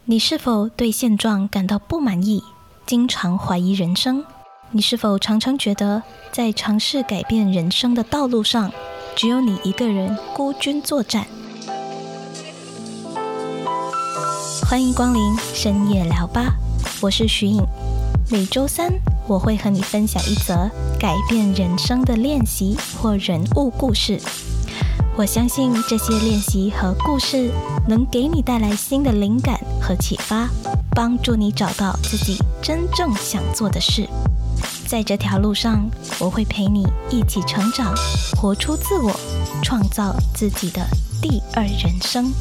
你是否对现状感到不满意，经常怀疑人生？你是否常常觉得在尝试改变人生的道路上，只有你一个人孤军作战？欢迎光临深夜聊吧，我是徐颖。每周三我会和你分享一则改变人生的练习或人物故事。我相信这些练习和故事能给你带来新的灵感和启发，帮助你找到自己真正想做的事。在这条路上，我会陪你一起成长，活出自我，创造自己的第二人生。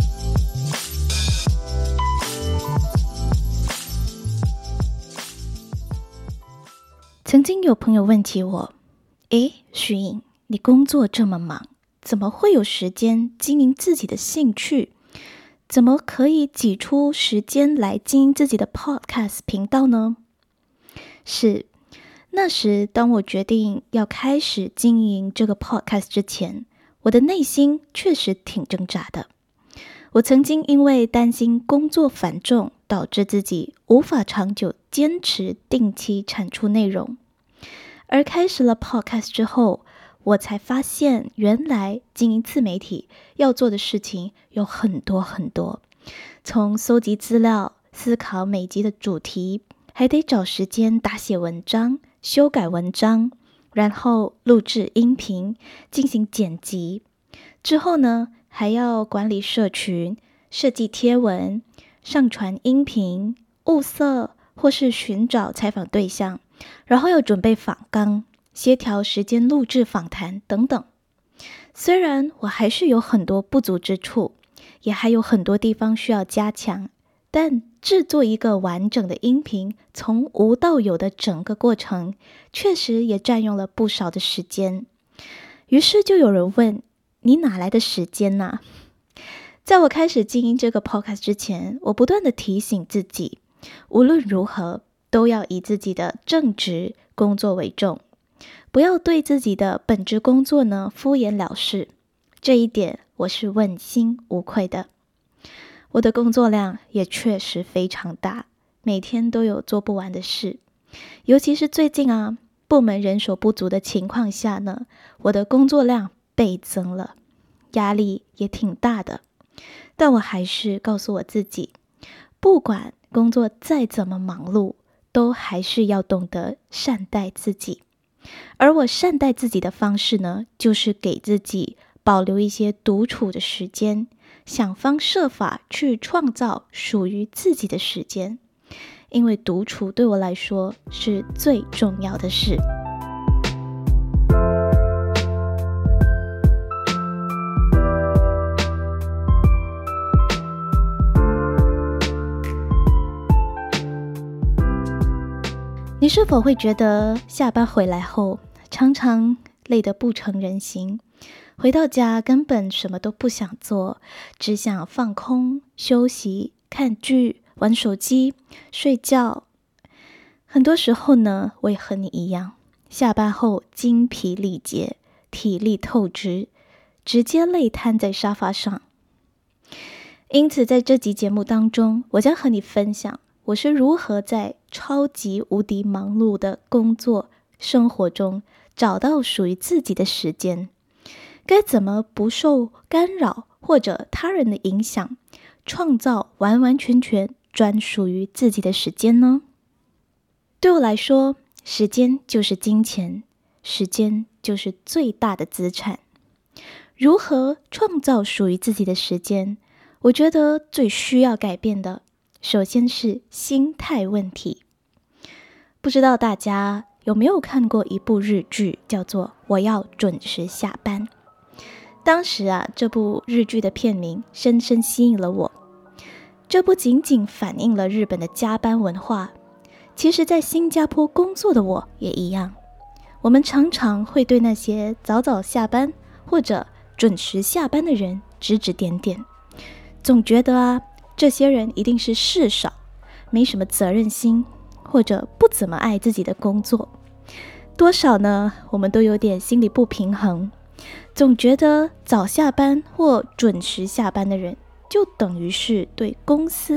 曾经有朋友问起我，徐颖，你工作这么忙，怎么会有时间经营自己的兴趣？怎么可以挤出时间来经营自己的 podcast 频道呢？是，那时当我决定要开始经营这个 podcast 之前，我的内心确实挺挣扎的。我曾经因为担心工作繁重，导致自己无法长久坚持定期产出内容。而开始了 podcast 之后，我才发现原来经营自媒体要做的事情有很多很多，从搜集资料、思考每集的主题，还得找时间打写文章、修改文章，然后录制音频，进行剪辑。之后呢，还要管理社群、设计贴文、上传音频、物色或是寻找采访对象，然后要准备访纲，协调时间录制访谈等等。虽然我还是有很多不足之处，也还有很多地方需要加强，但制作一个完整的音频，从无到有的整个过程，确实也占用了不少的时间。于是就有人问，你哪来的时间啊？在我开始经营这个 podcast 之前，我不断地提醒自己，无论如何都要以自己的正职工作为重，不要对自己的本职工作呢敷衍了事。这一点我是问心无愧的。我的工作量也确实非常大，每天都有做不完的事。尤其是最近部门人手不足的情况下呢，我的工作量倍增了，压力也挺大的。但我还是告诉我自己，不管工作再怎么忙碌，都还是要懂得善待自己。而我善待自己的方式呢，就是给自己保留一些独处的时间，想方设法去创造属于自己的时间。因为独处对我来说是最重要的事。你是否会觉得下班回来后，常常累得不成人形，回到家根本什么都不想做，只想放空、休息、看剧、玩手机、睡觉？很多时候呢，我也和你一样，下班后精疲力竭，体力透支，直接累瘫在沙发上。因此在这集节目当中，我将和你分享我是如何在超级无敌忙碌的工作生活中找到属于自己的时间，该怎么不受干扰或者他人的影响，创造完完全全专属于自己的时间呢？对我来说，时间就是金钱，时间就是最大的资产。如何创造属于自己的时间？我觉得最需要改变的，首先是心态问题。不知道大家有没有看过一部日剧，叫做《我要准时下班》。当时这部日剧的片名深深吸引了我。这不仅仅反映了日本的加班文化，其实在新加坡工作的我也一样。我们常常会对那些早早下班或者准时下班的人指指点点，总觉得这些人一定是事少，没什么责任心，或者不怎么爱自己的工作。多少呢，我们都有点心理不平衡，总觉得早下班或准时下班的人就等于是对公司不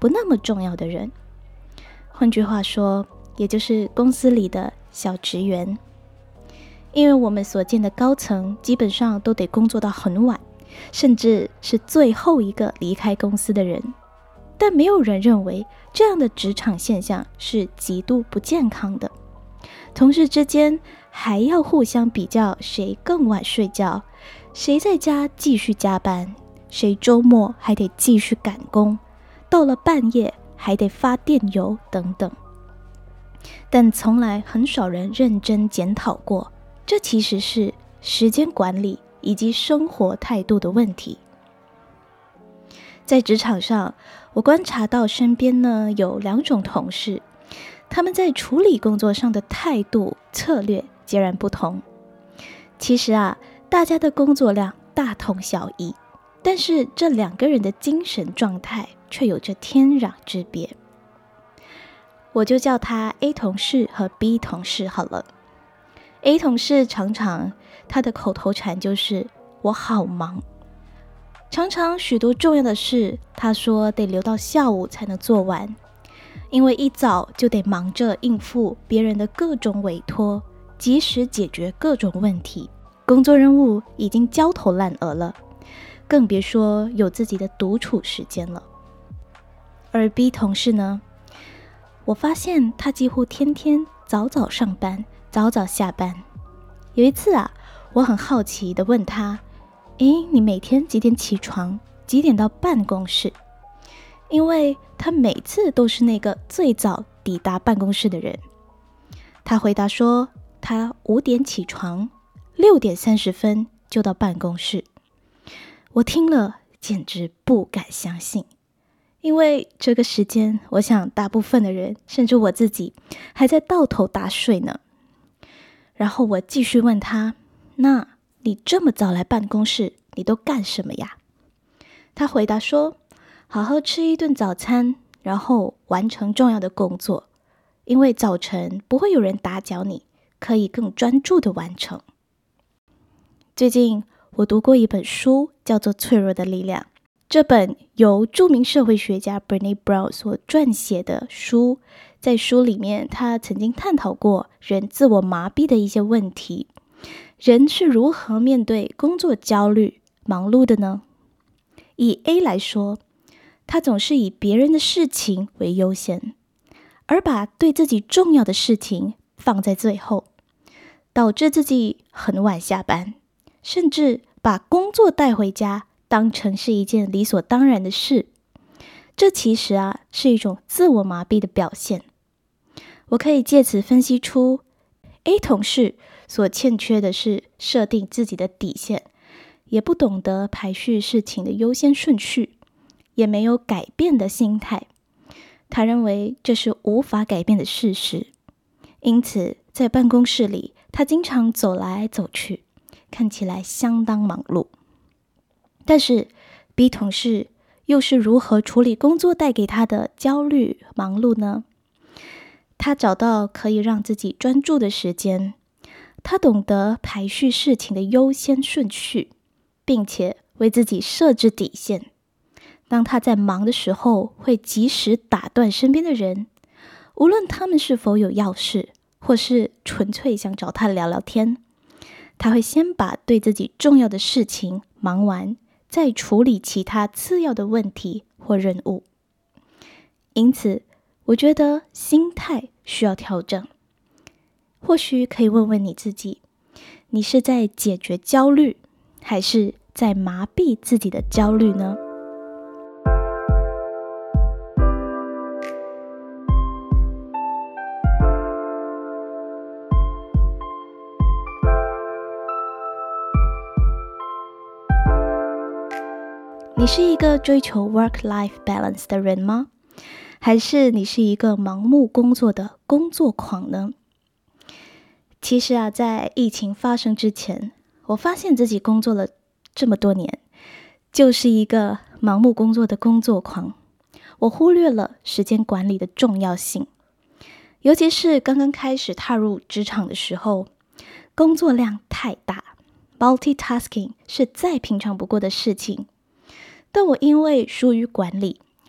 不那么重要的人。换句话说，也就是公司里的小职员。因为我们所见的高层基本上都得工作到很晚，甚至是最后一个离开公司的人。但没有人认为这样的职场现象是极度不健康的。同事之间还要互相比较谁更晚睡觉，谁在家继续加班，谁周末还得继续赶工，到了半夜还得发电邮等等。但从来很少人认真检讨过，这其实是时间管理以及生活态度的问题。在职场上，我观察到身边呢有2种同事，他们在处理工作上的态度策略截然不同。其实大家的工作量大同小异，但是这2个人的精神状态却有着天壤之别。我就叫他 A 同事和 B 同事好了。A 同事常常他的口头禅就是我好忙，常常许多重要的事他说得留到下午才能做完，因为一早就得忙着应付别人的各种委托，及时解决各种问题，工作任务已经焦头烂额了，更别说有自己的独处时间了。而 B 同事呢，我发现他几乎天天早早上班，早早下班。有一次我很好奇地问他，你每天几点起床，几点到办公室？因为他每次都是那个最早抵达办公室的人。他回答说，他5点起床，6点30分就到办公室。我听了简直不敢相信，因为这个时间，我想大部分的人，甚至我自己，还在倒头大睡呢。然后我继续问他，那你这么早来办公室，你都干什么呀？他回答说，好好吃一顿早餐，然后完成重要的工作，因为早晨不会有人打搅你，可以更专注地完成。最近我读过一本书，叫做《脆弱的力量》。这本由著名社会学家 Brené Brown 所撰写的书，在书里面他曾经探讨过人自我麻痹的一些问题。人是如何面对工作焦虑、忙碌的呢？以 A 来说，他总是以别人的事情为优先，而把对自己重要的事情放在最后，导致自己很晚下班，甚至把工作带回家当成是一件理所当然的事。这其实是一种自我麻痹的表现。我可以借此分析出 A 同事所欠缺的是设定自己的底线，也不懂得排序事情的优先顺序，也没有改变的心态。他认为这是无法改变的事实，因此在办公室里，他经常走来走去，看起来相当忙碌。但是 B 同事又是如何处理工作带给他的焦虑、忙碌呢？他找到可以让自己专注的时间，他懂得排序事情的优先顺序，并且为自己设置底线。当他在忙的时候，会及时打断身边的人，无论他们是否有要事，或是纯粹想找他聊聊天。他会先把对自己重要的事情忙完，再处理其他次要的问题或任务。因此，我觉得心态需要调整。或许可以问问你自己，你是在解决焦虑，还是在麻痹自己的焦虑呢？你是一个追求 work-life balance 的人吗？还是你是一个盲目工作的工作狂呢？其实在疫情发生之前，我发现自己工作了这么多年，就是一个盲目工作的工作狂。我忽略了时间管理的重要性，尤其是刚刚开始踏入职场的时候，工作量太大， multitasking 是再平常不过的事情。但我因为疏于管理，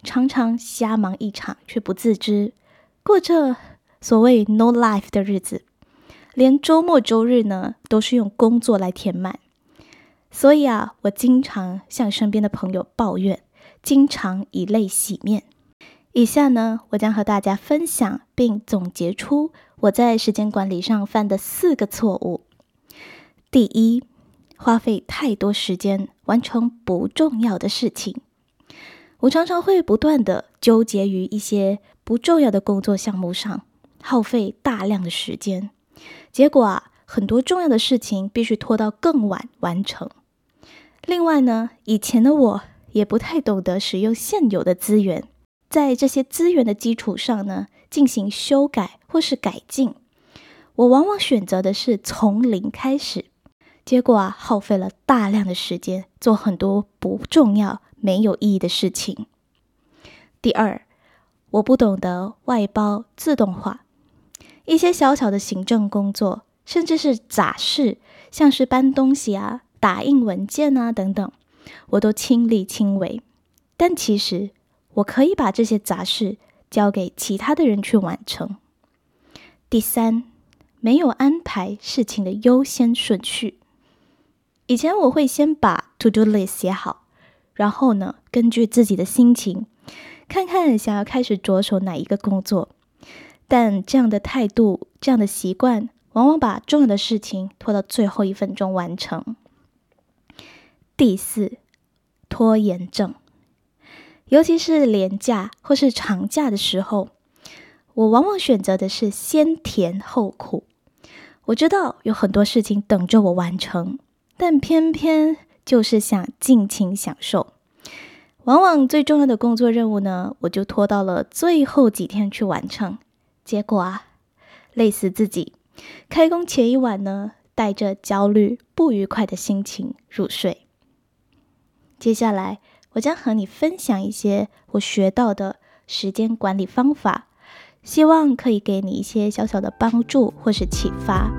常常瞎忙一场却不自知，过着所谓 no life 的日子，连周末周日呢都是用工作来填满。所以我经常向身边的朋友抱怨，经常以泪洗面。以下呢，我将和大家分享并总结出我在时间管理上犯的4个错误。第一，花费太多时间完成不重要的事情。我常常会不断的纠结于一些不重要的工作项目上，耗费大量的时间，结果很多重要的事情必须拖到更晚完成。另外呢，以前的我也不太懂得使用现有的资源，在这些资源的基础上呢，进行修改或是改进。我往往选择的是从零开始，结果耗费了大量的时间，做很多不重要、没有意义的事情。第二，我不懂得外包自动化，一些小小的行政工作，甚至是杂事，像是搬东西打印文件等等，我都亲力亲为。但其实我可以把这些杂事交给其他的人去完成。第三，没有安排事情的优先顺序。以前我会先把 to-do list 写好，然后呢，根据自己的心情，看看想要开始着手哪一个工作。但这样的态度，这样的习惯，往往把重要的事情拖到最后1分钟完成。第四，拖延症。尤其是连假或是长假的时候，我往往选择的是先甜后苦。我知道有很多事情等着我完成，但偏偏就是想尽情享受。往往最重要的工作任务呢，我就拖到了最后几天去完成。结果累死自己。开工前一晚呢，带着焦虑、不愉快的心情入睡。接下来，我将和你分享一些我学到的时间管理方法，希望可以给你一些小小的帮助或是启发。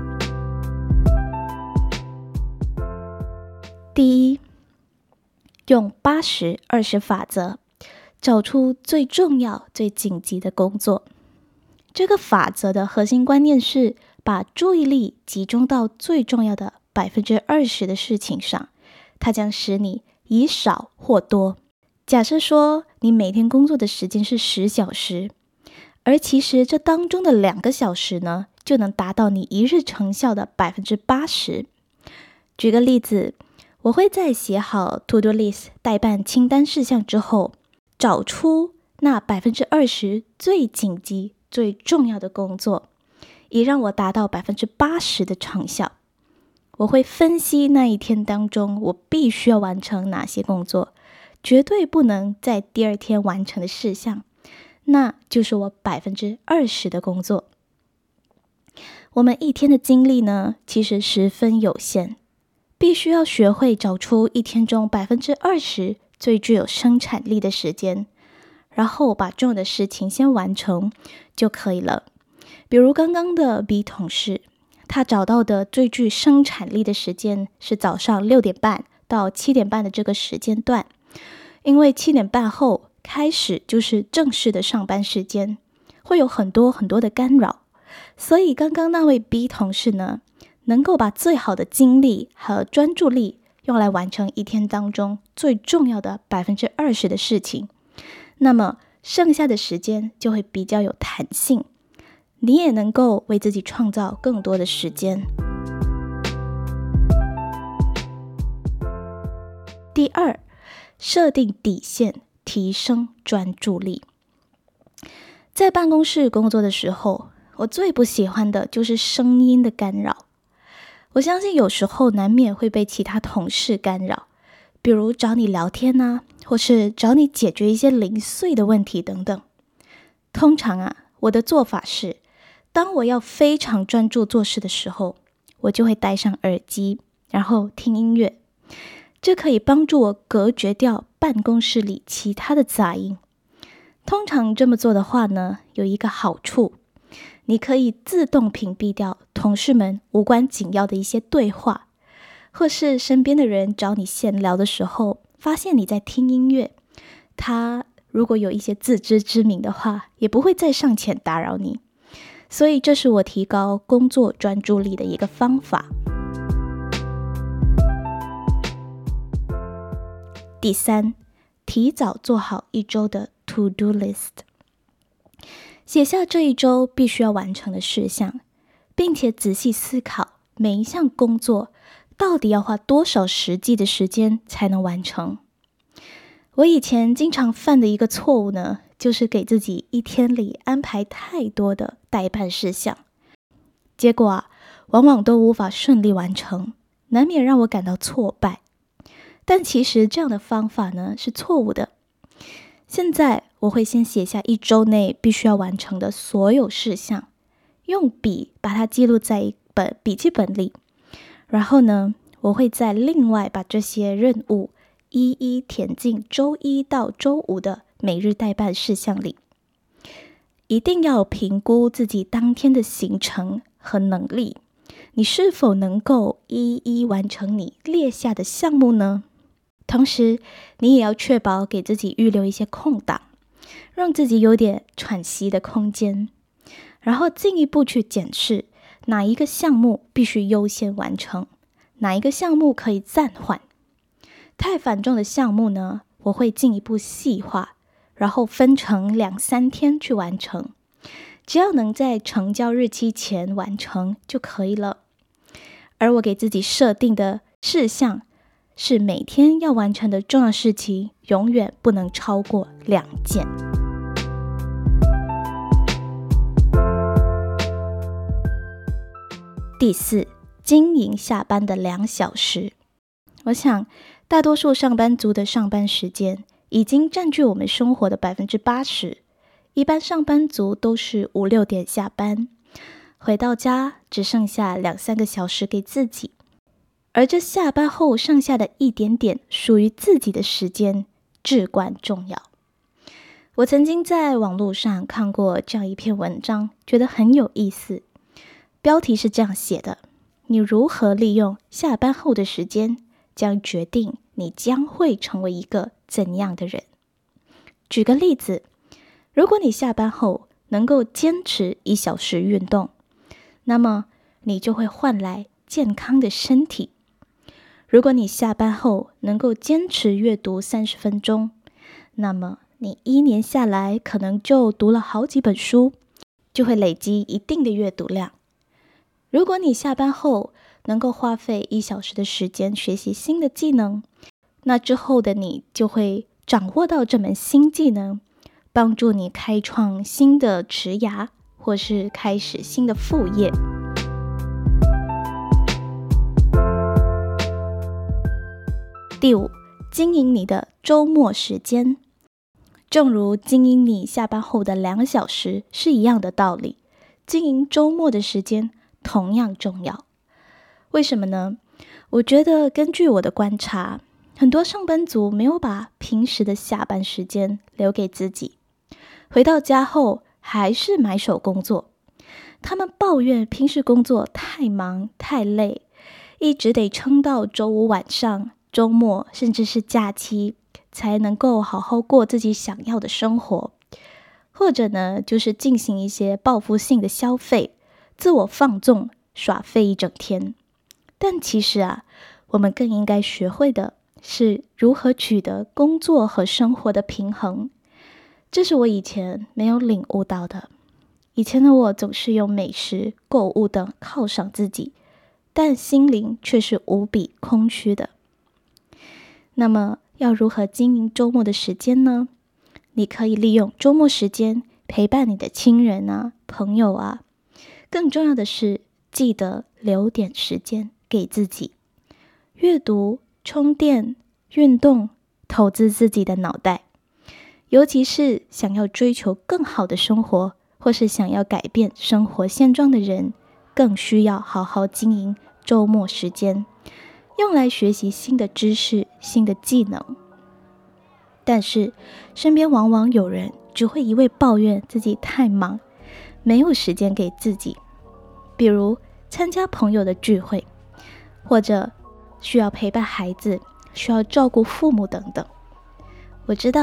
第一，用80-20法则，找出最重要、最紧急的工作。这个法则的核心观念是把注意力集中到最重要的20%的事情上，它将使你以少或多。假设说你每天工作的时间是10小时，而其实这当中的2个小时呢，就能达到你一日成效的80%。举个例子，我会在写好 to-do list 待办清单事项之后，找出那20%最紧急、最重要的工作，以让我达到80%的成效。我会分析那一天当中我必须要完成哪些工作，绝对不能在第2天完成的事项，那就是我20%的工作。我们一天的精力呢，其实十分有限，必须要学会找出一天中20%最具有生产力的时间，然后把重要的事情先完成就可以了。比如刚刚的 B 同事，他找到的最具生产力的时间是早上6点半到7点半的这个时间段，因为7点半后开始就是正式的上班时间，会有很多的干扰，所以刚刚那位 B 同事呢，能够把最好的精力和专注力用来完成一天当中最重要的20%的事情，那么剩下的时间就会比较有弹性，你也能够为自己创造更多的时间。第二，设定底线，提升专注力。在办公室工作的时候，我最不喜欢的就是声音的干扰。我相信有时候难免会被其他同事干扰，比如找你聊天或是找你解决一些零碎的问题等等。通常我的做法是，当我要非常专注做事的时候，我就会戴上耳机，然后听音乐。这可以帮助我隔绝掉办公室里其他的杂音。通常这么做的话呢，有一个好处，你可以自动屏蔽掉同事们无关紧要的一些对话，或是身边的人找你闲聊的时候，发现你在听音乐，他如果有一些自知之明的话，也不会再上前打扰你。所以这是我提高工作专注力的一个方法。第三，提早做好一周的 To-Do list， 写下这一周必须要完成的事项，并且仔细思考每一项工作到底要花多少实际的时间才能完成。我以前经常犯的一个错误呢，就是给自己一天里安排太多的待办事项，结果往往都无法顺利完成，难免让我感到挫败。但其实这样的方法呢是错误的。现在我会先写下一周内必须要完成的所有事项，用笔把它记录在一本笔记本里，然后呢，我会再另外把这些任务一一填进周一到周五的每日待办事项里。一定要评估自己当天的行程和能力，你是否能够一一完成你列下的项目呢？同时，你也要确保给自己预留一些空档，让自己有点喘息的空间，然后进一步去检视哪一个项目必须优先完成，哪一个项目可以暂缓。太繁重的项目呢，我会进一步细化，然后分成2-3天去完成，只要能在成交日期前完成就可以了。而我给自己设定的事项是每天要完成的重要事情永远不能超过2件。第四，经营下班的2小时。我想大多数上班族的上班时间已经占据我们生活的 80%， 一般上班族都是5-6点下班，回到家只剩下2-3个小时给自己，而这下班后剩下的一点点属于自己的时间至关重要。我曾经在网络上看过这样一篇文章，觉得很有意思。标题是这样写的：你如何利用下班后的时间，将决定你将会成为一个怎样的人。举个例子，如果你下班后能够坚持1小时运动，那么你就会换来健康的身体。如果你下班后能够坚持阅读30分钟，那么你1年下来可能就读了好几本书，就会累积一定的阅读量。如果你下班后能够花费1小时的时间学习新的技能，那之后的你就会掌握到这门新技能，帮助你开创新的职涯，或是开始新的副业。第五，经营你的周末时间。正如经营你下班后的2小时是一样的道理，经营周末的时间同样重要。为什么呢？我觉得根据我的观察，很多上班族没有把平时的下班时间留给自己，回到家后还是埋首工作。他们抱怨平时工作太忙太累，一直得撑到周五晚上、周末甚至是假期才能够好好过自己想要的生活，或者呢，就是进行一些报复性的消费，自我放纵，耍废一整天。但其实我们更应该学会的是如何取得工作和生活的平衡。这是我以前没有领悟到的。以前的我总是用美食、购物等犒赏自己，但心灵却是无比空虚的。那么要如何经营周末的时间呢？你可以利用周末时间陪伴你的亲人朋友更重要的是记得留点时间给自己，阅读、充电、运动，投资自己的脑袋。尤其是想要追求更好的生活，或是想要改变生活现状的人，更需要好好经营周末时间，用来学习新的知识、新的技能。但是身边往往有人只会一味抱怨自己太忙，没有时间给自己，比如参加朋友的聚会，或者需要陪伴孩子，需要照顾父母等等。我知道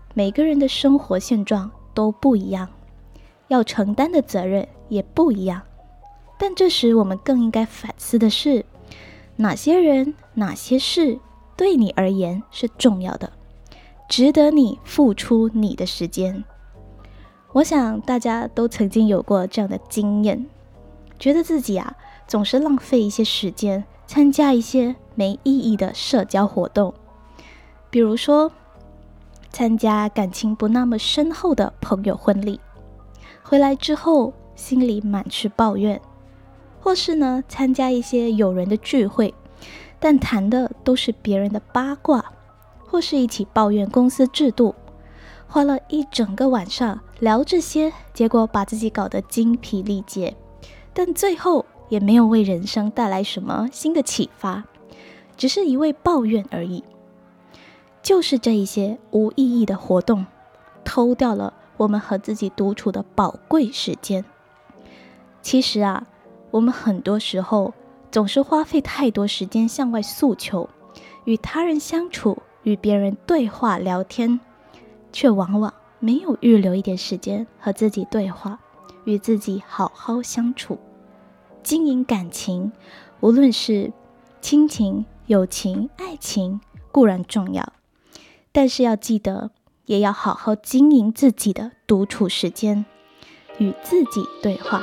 每个人的生活现状都不一样，要承担的责任也不一样。但这时我们更应该反思的是，哪些人、哪些事对你而言是重要的，值得你付出你的时间。我想大家都曾经有过这样的经验，觉得自己总是浪费一些时间参加一些没意义的社交活动，比如说参加感情不那么深厚的朋友婚礼，回来之后心里满是抱怨，或是呢参加一些友人的聚会，但谈的都是别人的八卦，或是一起抱怨公司制度，花了一整个晚上聊这些，结果把自己搞得精疲力竭，但最后也没有为人生带来什么新的启发，只是一味抱怨而已。就是这一些无意义的活动，偷掉了我们和自己独处的宝贵时间。其实我们很多时候总是花费太多时间向外诉求，与他人相处，与别人对话聊天，却往往没有预留一点时间和自己对话，与自己好好相处。经营感情，无论是亲情、友情、爱情，固然重要，但是要记得，也要好好经营自己的独处时间，与自己对话。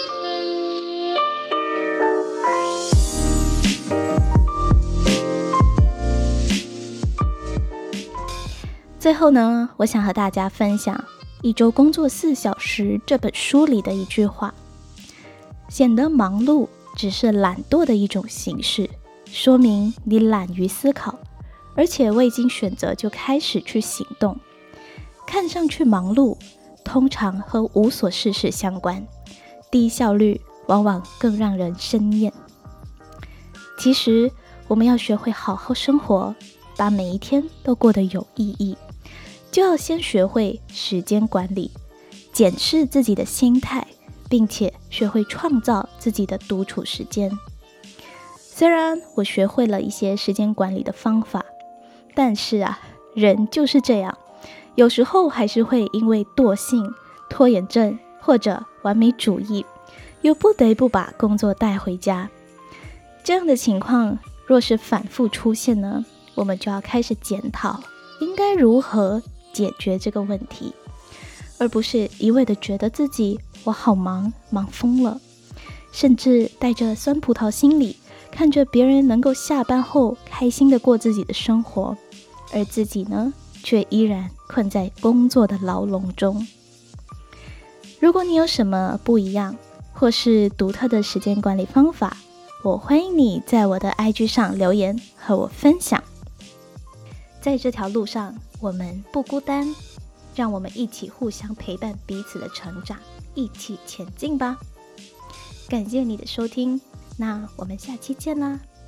最后呢，我想和大家分享《一周工作4小时》这本书里的一句话：显得忙碌只是懒惰的一种形式，说明你懒于思考，而且未经选择就开始去行动。看上去忙碌，通常和无所事事相关，低效率往往更让人生厌。其实我们要学会好好生活，把每一天都过得有意义，就要先学会时间管理，检视自己的心态，并且学会创造自己的独处时间。虽然我学会了一些时间管理的方法，但是人就是这样，有时候还是会因为惰性、拖延症或者完美主义，又不得不把工作带回家。这样的情况若是反复出现呢，我们就要开始检讨应该如何解决这个问题，而不是一味的觉得自己我好忙，忙疯了，甚至带着酸葡萄心理，看着别人能够下班后开心的过自己的生活，而自己呢，却依然困在工作的牢笼中。如果你有什么不一样，或是独特的时间管理方法，我欢迎你在我的 IG 上留言和我分享。在这条路上，我们不孤单，让我们一起互相陪伴彼此的成长，一起前进吧。感谢你的收听，那我们下期见啦。